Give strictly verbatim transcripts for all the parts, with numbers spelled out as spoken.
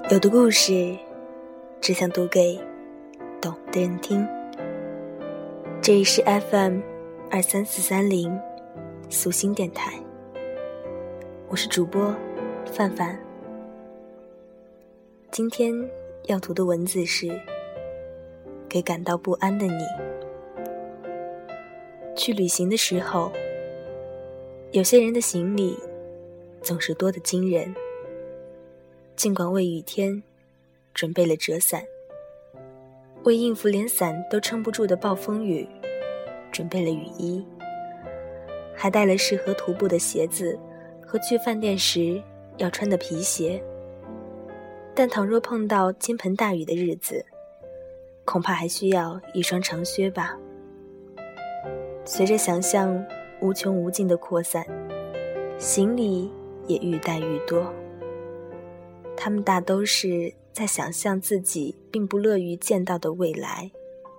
有的故事只想读给懂的人听。这里是 F M 二三四三零素心电台，我是主播范范。今天要读的文字是给感到不安的你。去旅行的时候，有些人的行李总是多得惊人，尽管为雨天准备了折伞，为应付连伞都撑不住的暴风雨准备了雨衣，还带了适合徒步的鞋子和去饭店时要穿的皮鞋。但倘若碰到倾盆大雨的日子，恐怕还需要一双长靴吧。随着想象无穷无尽的扩散，行李也愈带愈多。他们大都是在想象自己并不乐于见到的未来。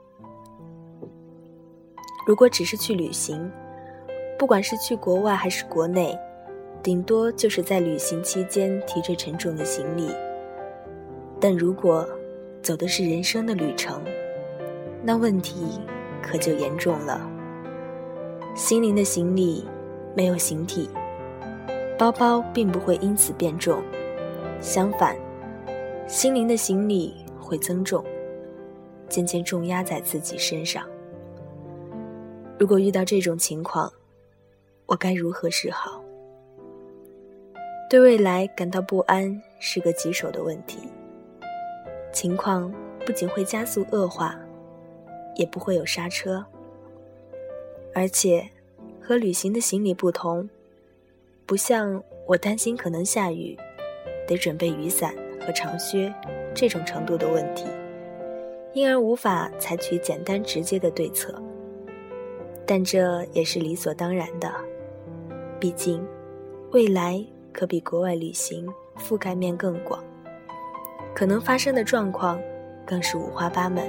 如果只是去旅行，不管是去国外还是国内，顶多就是在旅行期间提着沉重的行李。但如果走的是人生的旅程，那问题可就严重了。心灵的行李没有形体，包包并不会因此变重，相反，心灵的行李会增重，渐渐重压在自己身上。如果遇到这种情况，我该如何是好？对未来感到不安是个棘手的问题，情况不仅会加速恶化，也不会有刹车。而且和旅行的行李不同，不像我担心可能下雨得准备雨伞和长靴这种程度的问题，因而无法采取简单直接的对策。但这也是理所当然的，毕竟未来可比国外旅行覆盖面更广，可能发生的状况更是五花八门。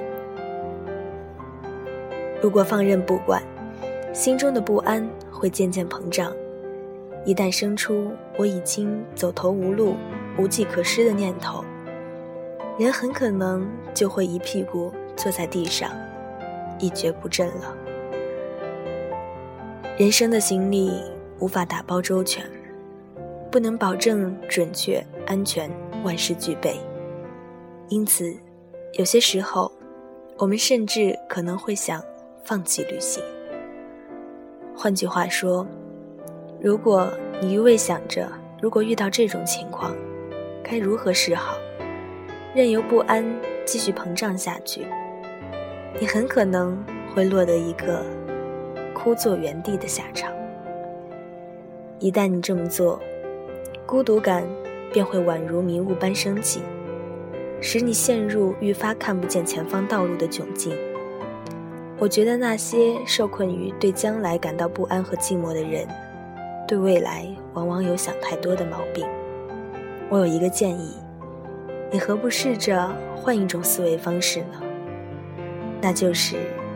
如果放任不管，心中的不安会渐渐膨胀，一旦生出我已经走投无路、无计可施的念头，人很可能就会一屁股坐在地上，一蹶不振了。人生的行李无法打包周全，不能保证准确、安全、万事俱备，因此有些时候我们甚至可能会想放弃旅行。换句话说，如果你一味想着如果遇到这种情况该如何是好，任由不安继续膨胀下去，你很可能会落得一个枯坐原地的下场。一旦你这么做，孤独感便会宛如迷雾般升起，使你陷入愈发看不见前方道路的窘境。我觉得那些受困于对将来感到不安和寂寞的人，对未来往往有想太多的毛病。我有一个建议，你何不试着换一种思维方式呢？那就是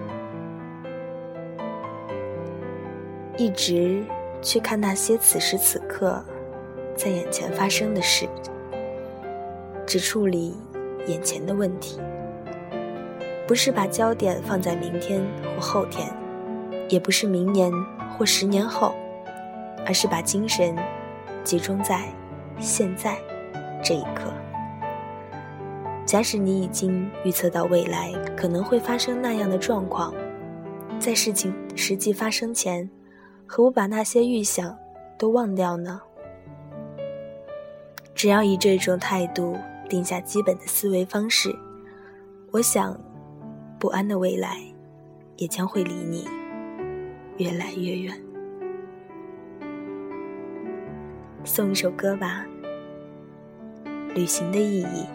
一直去看那些此时此刻在眼前发生的事，只处理眼前的问题，不是把焦点放在明天或后天，也不是明年或十年后，而是把精神集中在现在这一刻。假使你已经预测到未来可能会发生那样的状况，在事情实际发生前，何不把那些预想都忘掉呢？只要以这种态度定下基本的思维方式，我想不安的未来也将会离你越来越远。送一首歌吧，旅行的意义。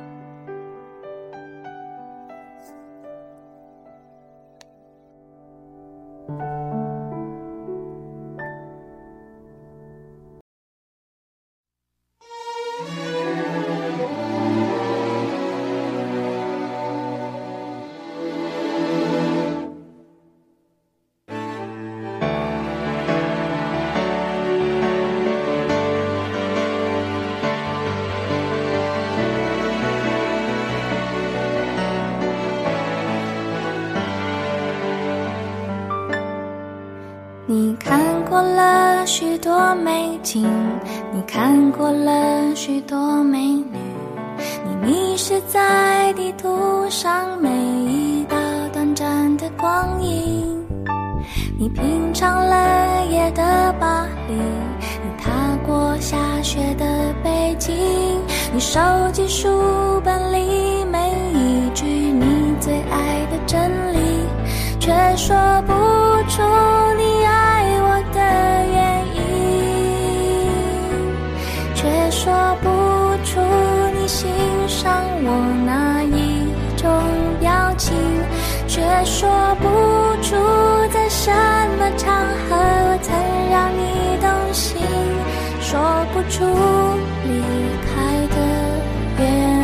景，你看过了许多美女，你迷失在地图上每一道短暂的光阴，你品尝了夜的巴黎，你踏过下雪的北京，你收集书本里每一句你最爱的真理，却说不出你爱我的原因，却说不出你欣赏我哪一种表情，却说不出在什么场合我曾让你动心，说不出离开的原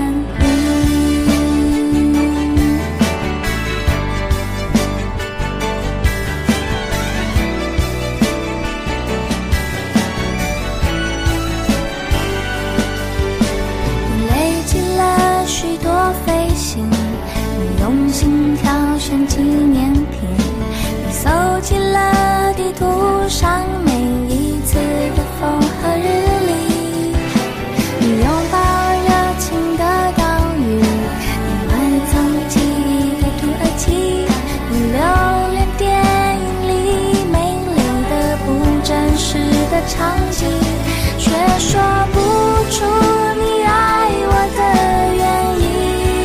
用心挑选纪念品，你搜集了地图上每一次的风和日丽，你拥抱热情的岛屿，你埋藏记忆的土耳其，你留恋电影里美丽的不真实的场景，却说不出你爱我的原因，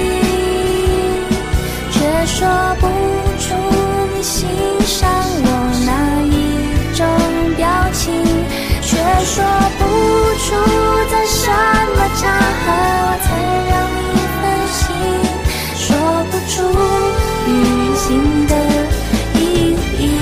说不出你欣赏我哪一种表情，却说不出在什么场合我曾让你分心，说不出旅行的意义。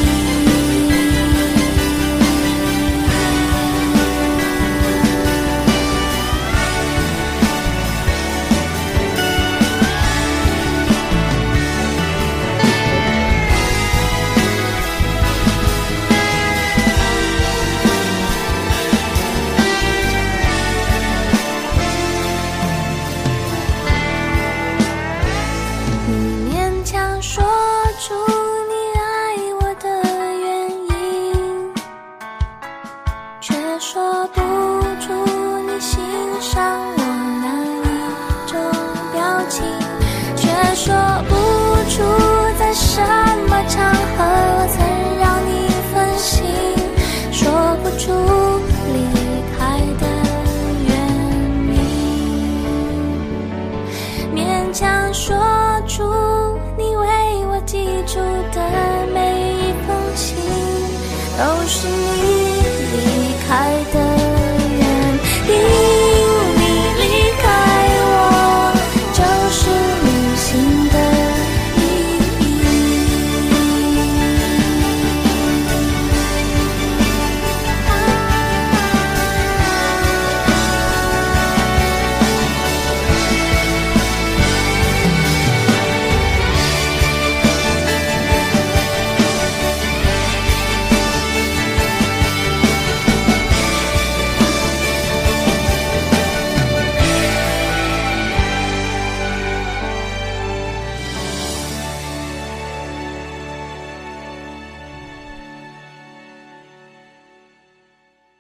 说不出你欣赏我哪一种表情，却说不出在什么场合我曾让你分心，说不出离开的原因，勉强说出你为我记住的每一封信，都是你离开的